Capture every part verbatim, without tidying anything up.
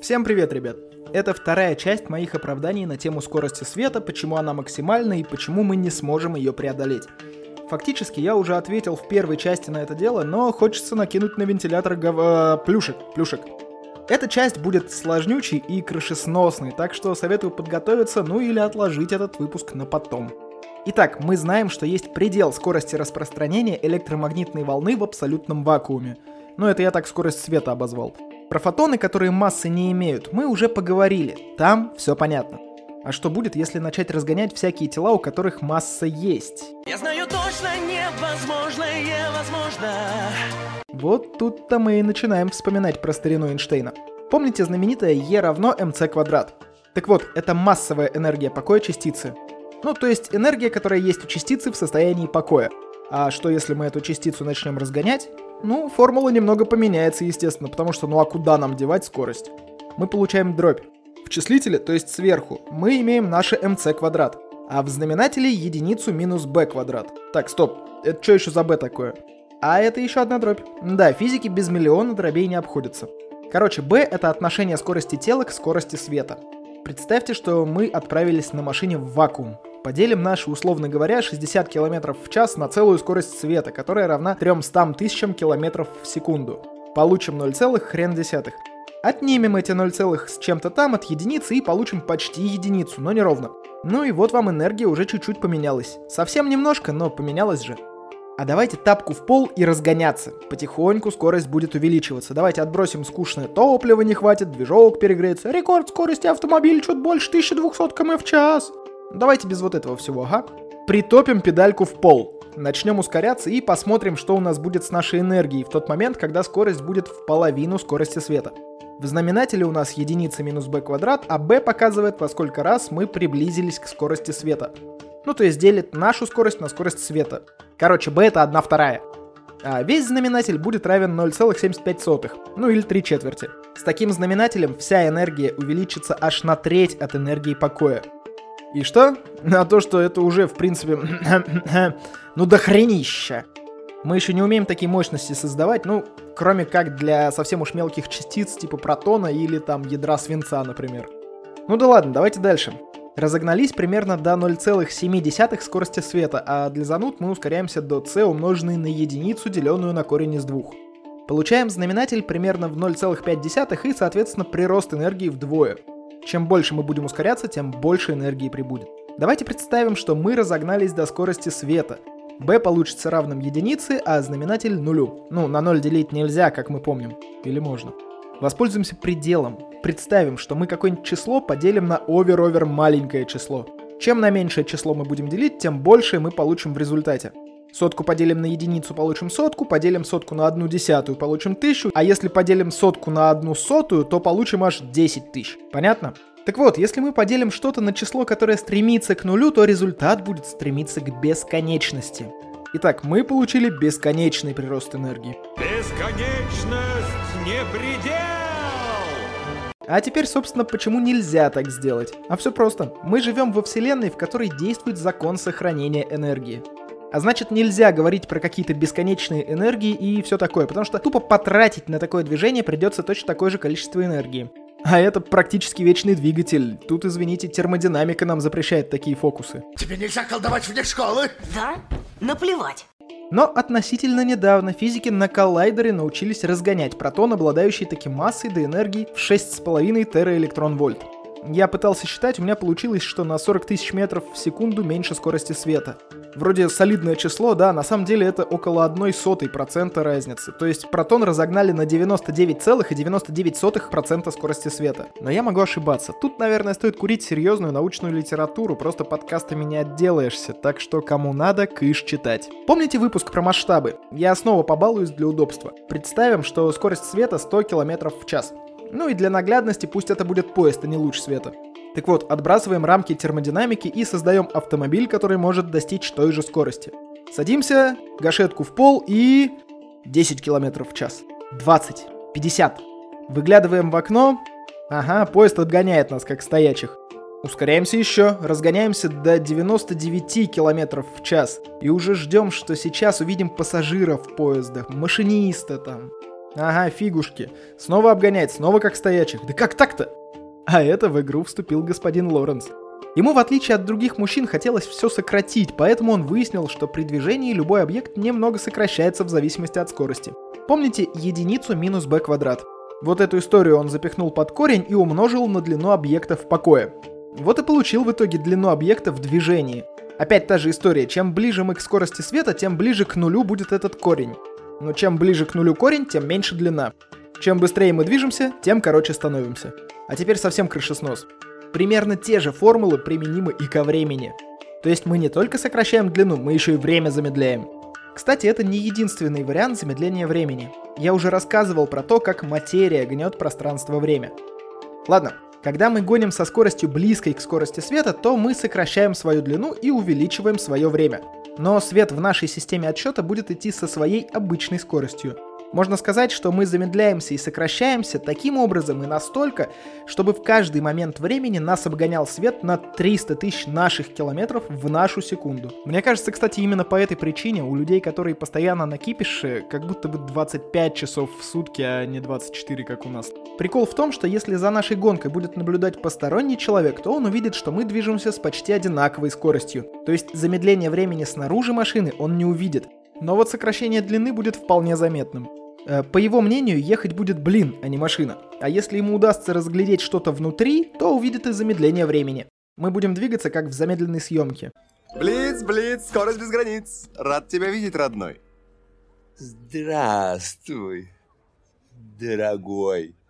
Всем привет, ребят! Это вторая часть моих оправданий на тему скорости света, почему она максимальна и почему мы не сможем ее преодолеть. Фактически я уже ответил в первой части на это дело, но хочется накинуть на вентилятор гов... э, плюшек, плюшек. Эта часть будет сложнючей и крышесносной, так что советую подготовиться, ну или отложить этот выпуск на потом. Итак, мы знаем, что есть предел скорости распространения электромагнитной волны в абсолютном вакууме. Ну это я так скорость света обозвал. Про фотоны, которые массы не имеют, мы уже поговорили, там все понятно. А что будет, если начать разгонять всякие тела, у которых масса есть? Я знаю точно, невозможное возможно. Вот тут-то мы и начинаем вспоминать про старину Эйнштейна. Помните знаменитое E равно mc квадрат? Так вот, это массовая энергия покоя частицы. Ну, то есть энергия, которая есть у частицы в состоянии покоя. А что если мы эту частицу начнем разгонять? Ну, формула немного поменяется, естественно, потому что ну а куда нам девать скорость? Мы получаем дробь. В числителе, то есть сверху, мы имеем наше mc квадрат, а в знаменателе единицу минус b квадрат. Так, стоп, это что еще за b такое? А это еще одна дробь. Да, физики без миллиона дробей не обходятся. Короче, b это отношение скорости тела к скорости света. Представьте, что мы отправились на машине в вакуум. Поделим наши, условно говоря, шестьдесят километров в час на целую скорость света, которая равна трёмстам тысячам километров в секунду. Получим ноль целых хрен десятых. Отнимем эти ноль целых с чем-то там от единицы и получим почти единицу, но не ровно. Ну и вот вам энергия уже чуть-чуть поменялась. Совсем немножко, но поменялась же. А давайте тапку в пол и разгоняться. Потихоньку скорость будет увеличиваться. Давайте отбросим скучное топливо не хватит, движок перегреется. Рекорд скорости автомобиля чуть больше тысяча двести километров в час. Давайте без вот этого всего, ага. Притопим педальку в пол. Начнем ускоряться и посмотрим, что у нас будет с нашей энергией в тот момент, когда скорость будет в половину скорости света. В знаменателе у нас единица минус b квадрат, а b показывает, во сколько раз мы приблизились к скорости света. Ну, то есть делит нашу скорость на скорость света. Короче, b это одна вторая. А весь знаменатель будет равен ноль целых семьдесят пять сотых, ну или три четверти. С таким знаменателем вся энергия увеличится аж на треть от энергии покоя. И что? А то, что это уже, в принципе, ну дохренища. Мы еще не умеем такие мощности создавать, ну, кроме как для совсем уж мелких частиц, типа протона или там ядра свинца, например. Ну да ладно, давайте дальше. Разогнались примерно до ноль целых семь десятых скорости света, а для зануд мы ускоряемся до c, умноженной на единицу, деленную на корень из двух. Получаем знаменатель примерно в ноль целых пять десятых и, соответственно, прирост энергии вдвое. Чем больше мы будем ускоряться, тем больше энергии прибудет. Давайте представим, что мы разогнались до скорости света. b получится равным единице, а знаменатель нулю. Ну, на ноль делить нельзя, как мы помним. Или можно. Воспользуемся пределом. Представим, что мы какое-нибудь число поделим на овер-овер маленькое число. Чем на меньшее число мы будем делить, тем больше мы получим в результате. Сотку поделим на единицу, получим сотку, поделим сотку на одну десятую, получим тысячу, а если поделим сотку на одну сотую, то получим аж десять тысяч. Понятно? Так вот, если мы поделим что-то на число, которое стремится к нулю, то результат будет стремиться к бесконечности. Итак, мы получили бесконечный прирост энергии. Бесконечность не предел! А теперь, собственно, почему нельзя так сделать? А все просто. Мы живем во вселенной, в которой действует закон сохранения энергии. А значит, нельзя говорить про какие-то бесконечные энергии и все такое, потому что тупо потратить на такое движение придется точно такое же количество энергии. А это практически вечный двигатель. Тут, извините, термодинамика нам запрещает такие фокусы. Тебе нельзя колдовать вне школы? Да? Наплевать. Но относительно недавно физики на коллайдере научились разгонять протон, обладающий такой массой до энергии в шесть с половиной тераэлектрон-вольт. Я пытался считать, у меня получилось, что на сорок тысяч метров в секунду меньше скорости света. Вроде солидное число, да, на самом деле это около одной сотой процента разницы. То есть протон разогнали на девяносто девять целых девяносто девять сотых процента скорости света. Но я могу ошибаться. Тут, наверное, стоит курить серьезную научную литературу, просто подкастами не отделаешься, так что кому надо, кыш читать. Помните выпуск про масштабы? Я снова побалуюсь для удобства. Представим, что скорость света сто километров в час. Ну и для наглядности пусть это будет поезд, а не луч света. Так вот, отбрасываем рамки термодинамики и создаем автомобиль, который может достичь той же скорости. Садимся, гашетку в пол и... десять километров в час. двадцать. пятьдесят. Выглядываем в окно. Ага, поезд отгоняет нас, как стоячих. Ускоряемся еще, разгоняемся до девяноста девяти километров в час. И уже ждем, что сейчас увидим пассажиров поезда, машиниста там. Ага, фигушки. Снова обгонять, снова как стоячих. Да как так-то? А это в игру вступил господин Лоренс. Ему, в отличие от других мужчин, хотелось все сократить, поэтому он выяснил, что при движении любой объект немного сокращается в зависимости от скорости. Помните единицу минус b квадрат? Вот эту историю он запихнул под корень и умножил на длину объекта в покое. Вот и получил в итоге длину объекта в движении. Опять та же история, чем ближе мы к скорости света, тем ближе к нулю будет этот корень. Но чем ближе к нулю корень, тем меньше длина. Чем быстрее мы движемся, тем короче становимся. А теперь совсем крышеснос. Примерно те же формулы применимы и ко времени. То есть мы не только сокращаем длину, мы еще и время замедляем. Кстати, это не единственный вариант замедления времени. Я уже рассказывал про то, как материя гнет пространство-время. Ладно, когда мы гоним со скоростью близкой к скорости света, то мы сокращаем свою длину и увеличиваем свое время. Но свет в нашей системе отсчета будет идти со своей обычной скоростью. Можно сказать, что мы замедляемся и сокращаемся таким образом и настолько, чтобы в каждый момент времени нас обгонял свет на триста тысяч наших километров в нашу секунду. Мне кажется, кстати, именно по этой причине у людей, которые постоянно на кипише, как будто бы двадцать пять часов в сутки, а не двадцать четыре, как у нас. Прикол в том, что если за нашей гонкой будет наблюдать посторонний человек, то он увидит, что мы движемся с почти одинаковой скоростью. То есть замедление времени снаружи машины он не увидит. Но вот сокращение длины будет вполне заметным. По его мнению, ехать будет блин, а не машина. А если ему удастся разглядеть что-то внутри, то увидит и замедление времени. Мы будем двигаться, как в замедленной съемке. Блиц, блиц, скорость без границ. Рад тебя видеть, родной. Здравствуй, дорогой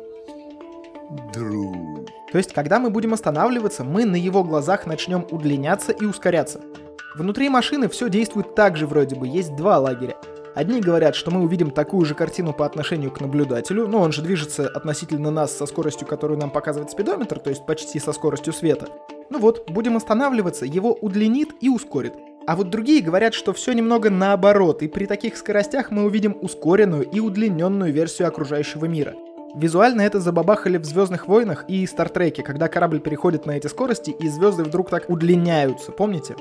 друг. То есть, когда мы будем останавливаться, мы на его глазах начнем удлиняться и ускоряться. Внутри машины все действует так же вроде бы, есть два лагеря. Одни говорят, что мы увидим такую же картину по отношению к наблюдателю, но он же движется относительно нас со скоростью, которую нам показывает спидометр, то есть почти со скоростью света. Ну вот, будем останавливаться, его удлинит и ускорит. А вот другие говорят, что все немного наоборот, и при таких скоростях мы увидим ускоренную и удлиненную версию окружающего мира. Визуально это забабахали в «Звездных войнах» и «Стартреке», когда корабль переходит на эти скорости, и звезды вдруг так удлиняются, помните?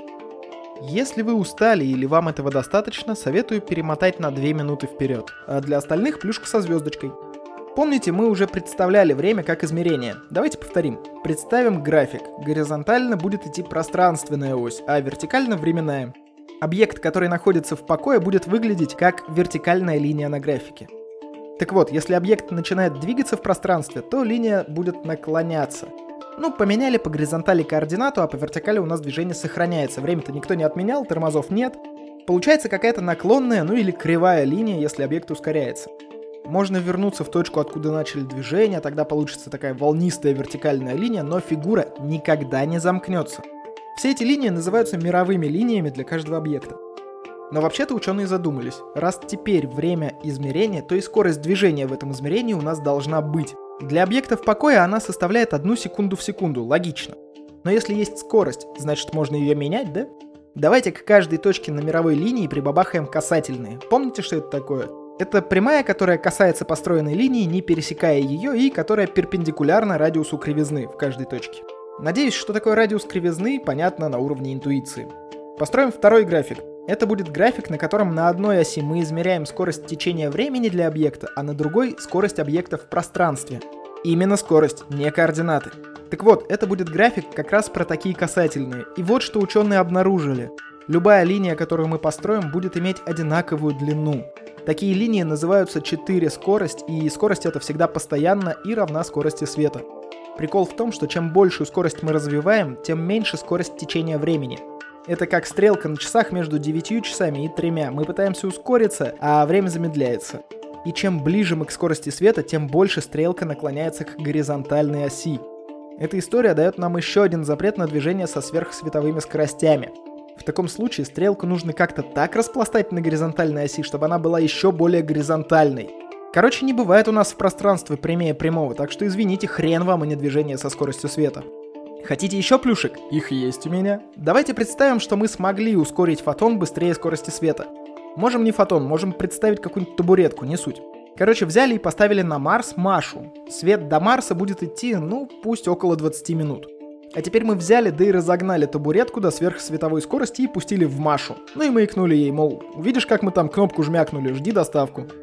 Если вы устали или вам этого достаточно, советую перемотать на две минуты вперед. А для остальных плюшка со звездочкой. Помните, мы уже представляли время как измерение. Давайте повторим. Представим график. Горизонтально будет идти пространственная ось, а вертикально временная. Объект, который находится в покое, будет выглядеть как вертикальная линия на графике. Так вот, если объект начинает двигаться в пространстве, то линия будет наклоняться. Ну, поменяли по горизонтали координату, а по вертикали у нас движение сохраняется. Время-то никто не отменял, тормозов нет. Получается какая-то наклонная, ну или кривая линия, если объект ускоряется. Можно вернуться в точку, откуда начали движение, тогда получится такая волнистая вертикальная линия, но фигура никогда не замкнется. Все эти линии называются мировыми линиями для каждого объекта. Но вообще-то ученые задумались, раз теперь время измерения, то и скорость движения в этом измерении у нас должна быть. Для объектов покоя она составляет одну секунду в секунду, логично. Но если есть скорость, значит можно ее менять, да? Давайте к каждой точке на мировой линии прибабахаем касательные. Помните, что это такое? Это прямая, которая касается построенной линии, не пересекая ее, и которая перпендикулярна радиусу кривизны в каждой точке. Надеюсь, что такое радиус кривизны понятно на уровне интуиции. Построим второй график. Это будет график, на котором на одной оси мы измеряем скорость течения времени для объекта, а на другой — скорость объекта в пространстве. Именно скорость, не координаты. Так вот, это будет график как раз про такие касательные. И вот что ученые обнаружили. Любая линия, которую мы построим, будет иметь одинаковую длину. Такие линии называются четыре скорость, и скорость эта всегда постоянна и равна скорости света. Прикол в том, что чем большую скорость мы развиваем, тем меньше скорость течения времени. Это как стрелка на часах между девятью часами и тремя. Мы пытаемся ускориться, а время замедляется. И чем ближе мы к скорости света, тем больше стрелка наклоняется к горизонтальной оси. Эта история дает нам еще один запрет на движение со сверхсветовыми скоростями. В таком случае стрелку нужно как-то так распластать на горизонтальной оси, чтобы она была еще более горизонтальной. Короче, не бывает у нас в пространстве прямее прямого, так что извините, хрен вам, а не движение со скоростью света. Хотите еще плюшек? Их есть у меня. Давайте представим, что мы смогли ускорить фотон быстрее скорости света. Можем не фотон, можем представить какую-нибудь табуретку, не суть. Короче, взяли и поставили на Марс Машу. Свет до Марса будет идти, ну, пусть около двадцать минут. А теперь мы взяли, да и разогнали табуретку до сверхсветовой скорости и пустили в Машу. Ну и маякнули ей, мол, увидишь, как мы там кнопку жмякнули, жди доставку.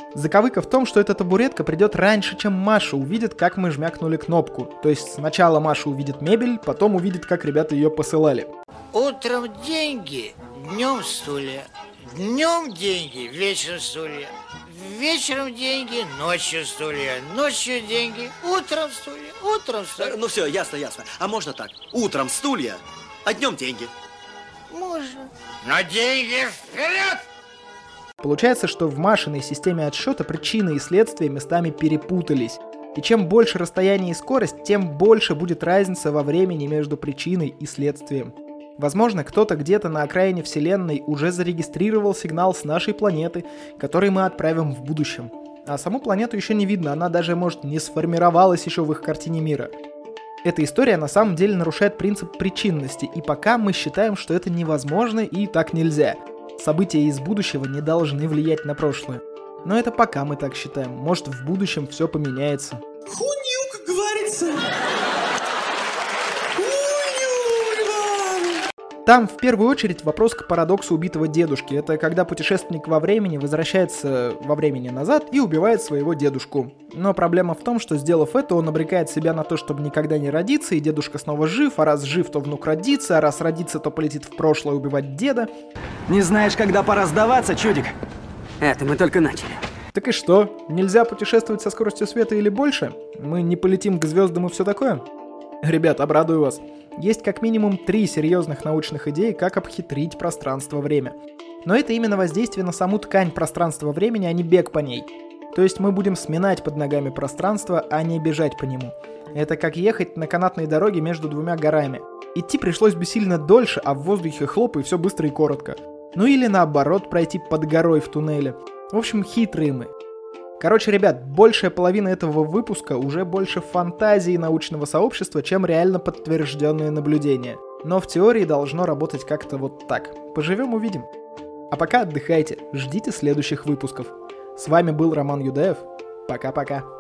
Заковыка в том, что эта табуретка придет раньше, чем Маша увидит, как мы жмякнули кнопку. То есть сначала Маша увидит мебель, потом увидит, как ребята ее посылали. Утром деньги, днем стулья. Днем деньги, вечером стулья. Вечером деньги, ночью стулья. Ночью деньги, утром стулья. Утром стулья. Ну все, ясно, ясно. А можно так? Утром стулья, а днем деньги. Можно. Но деньги вперед! Получается, что в Машиной системе отсчета причины и следствия местами перепутались. И чем больше расстояние и скорость, тем больше будет разница во времени между причиной и следствием. Возможно, кто-то где-то на окраине Вселенной уже зарегистрировал сигнал с нашей планеты, который мы отправим в будущем. А саму планету еще не видно, она даже, может, не сформировалась еще в их картине мира. Эта история на самом деле нарушает принцип причинности, и пока мы считаем, что это невозможно и так нельзя. События из будущего не должны влиять на прошлое. Но это пока мы так считаем. Может, в будущем все поменяется. Хунью, как говорится. Там в первую очередь вопрос к парадоксу убитого дедушки. Это когда путешественник во времени возвращается во времени назад и убивает своего дедушку. Но проблема в том, что сделав это, он обрекает себя на то, чтобы никогда не родиться, и дедушка снова жив, а раз жив, то внук родится, а раз родится, то полетит в прошлое убивать деда. Не знаешь, когда пора сдаваться, чудик? Это мы только начали. Так и что? Нельзя путешествовать со скоростью света или больше? Мы не полетим к звездам и все такое? Ребят, обрадую вас. Есть как минимум три серьезных научных идеи, как обхитрить пространство-время. Но это именно воздействие на саму ткань пространства-времени, а не бег по ней. То есть мы будем сминать под ногами пространство, а не бежать по нему. Это как ехать на канатной дороге между двумя горами. Идти пришлось бы сильно дольше, а в воздухе хлоп и все быстро и коротко. Ну или наоборот, пройти под горой в туннеле. В общем, хитрые мы. Короче, ребят, большая половина этого выпуска уже больше фантазии научного сообщества, чем реально подтвержденные наблюдения. Но в теории должно работать как-то вот так. Поживем, увидим. А пока отдыхайте, ждите следующих выпусков. С вами был Роман Юдаев. Пока-пока.